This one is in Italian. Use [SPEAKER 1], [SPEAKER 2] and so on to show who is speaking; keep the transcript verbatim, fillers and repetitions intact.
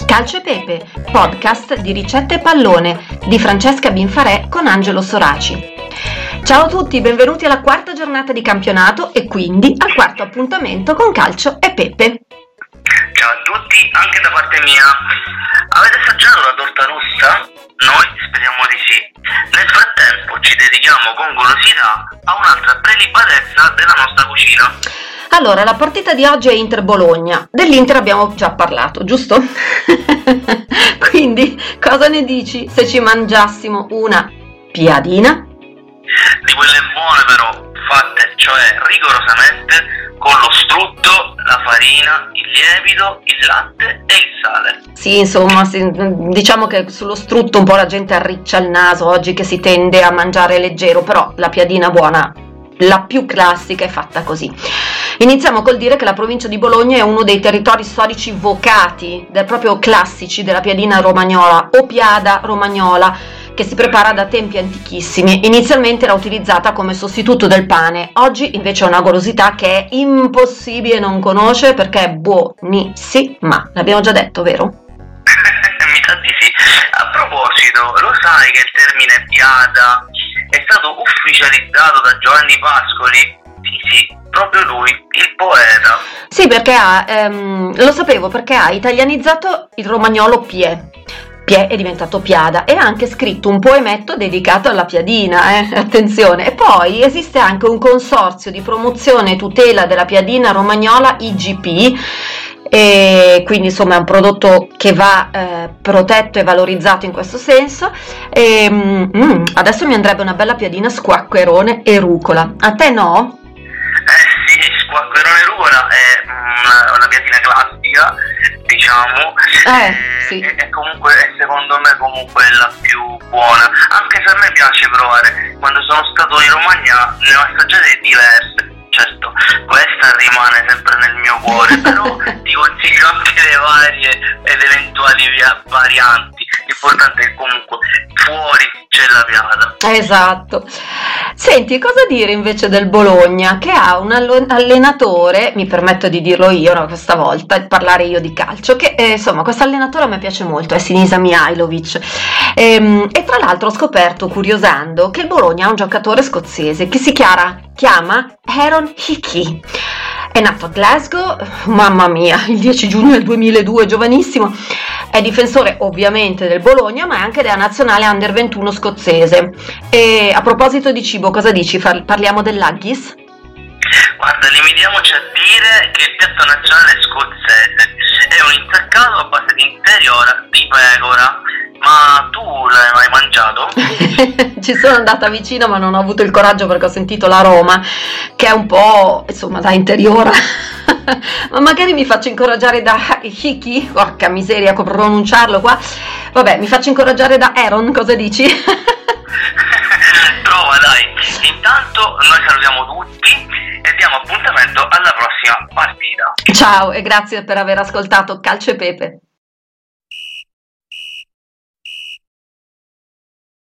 [SPEAKER 1] Calcio e Pepe, podcast di ricette e pallone di Francesca Binfarè con Angelo Soraci. Ciao a tutti, benvenuti alla quarta giornata di campionato e quindi al quarto appuntamento con Calcio e Pepe.
[SPEAKER 2] Ciao a tutti, anche da parte mia. Avete assaggiato la torta rossa? Noi speriamo di sì. Nel frattempo ci dedichiamo con golosità a un'altra prelibatezza della nostra cucina.
[SPEAKER 1] Allora, la partita di oggi è Inter-Bologna. Dell'Inter abbiamo già parlato, giusto? Quindi, cosa ne dici se ci mangiassimo una piadina?
[SPEAKER 2] Di quelle buone però, fatte cioè rigorosamente con lo strutto, la farina, il lievito, il latte e il sale.
[SPEAKER 1] Sì, insomma, sì, diciamo che sullo strutto un po' la gente arriccia il naso oggi che si tende a mangiare leggero, però la piadina buona, la più classica, è fatta così. Iniziamo col dire che la provincia di Bologna è uno dei territori storici vocati, del proprio classici della piadina romagnola o piada romagnola, che si prepara da tempi antichissimi. Inizialmente era utilizzata come sostituto del pane, oggi invece è una golosità che è impossibile non conoscere perché è buonissima. L'abbiamo già detto, vero?
[SPEAKER 2] Mi sa di sì. A proposito, lo sai che il termine piada è stato ufficializzato da Giovanni Pascoli? Sì, sì, proprio lui, il poeta.
[SPEAKER 1] Sì, perché ha, ehm, lo sapevo, perché ha italianizzato il romagnolo pie. Pie è diventato piada e ha anche scritto un poemetto dedicato alla piadina, eh? Attenzione. E poi esiste anche un consorzio di promozione e tutela della piadina romagnola I G P, e quindi insomma è un prodotto che va eh, protetto e valorizzato in questo senso. E, mm, adesso mi andrebbe una bella piadina squacquerone e rucola. A te no?
[SPEAKER 2] Eh sì, squacquerone e rucola è una, una piadina classica, diciamo,
[SPEAKER 1] eh,
[SPEAKER 2] e,
[SPEAKER 1] sì.
[SPEAKER 2] e, e comunque secondo me comunque è la più buona, anche se a me piace provare. Quando sono stato in Romagna ne ho assaggiate diverse. Certo, questa rimane sempre nel mio cuore, però ti consiglio anche le varie ed eventuali via- varianti. L'importante è che comunque fuori c'è la piada.
[SPEAKER 1] Esatto. Senti, cosa dire invece del Bologna, che ha un allenatore, mi permetto di dirlo io, no, questa volta, di parlare io di calcio, che eh, insomma questo allenatore a me piace molto, è Sinisa Mihajlovic. Ehm, e tra l'altro ho scoperto, curiosando, che il Bologna ha un giocatore scozzese che si chiama, chiama Aaron Hickey. È nato a Glasgow, mamma mia, il dieci giugno del duemiladue, giovanissimo. È difensore ovviamente del Bologna, ma è anche della nazionale under ventuno scozzese. E a proposito di cibo, cosa dici? Parliamo dell'haggis?
[SPEAKER 2] Guarda, limitiamoci a dire che il piatto nazionale scozzese è un insaccato a base di interiora di pecora. Ma tu l'hai mai mangiato?
[SPEAKER 1] Ci sono andata vicino, ma non ho avuto il coraggio perché ho sentito l'aroma, che è un po', insomma, da interiora. Ma magari mi faccio incoraggiare da Hiki, porca miseria, come pronunciarlo qua. Vabbè, mi faccio incoraggiare da Aaron, cosa dici?
[SPEAKER 2] Prova, dai. Intanto noi salutiamo tutti e diamo appuntamento alla prossima partita.
[SPEAKER 1] Ciao e grazie per aver ascoltato Calcio e Pepe.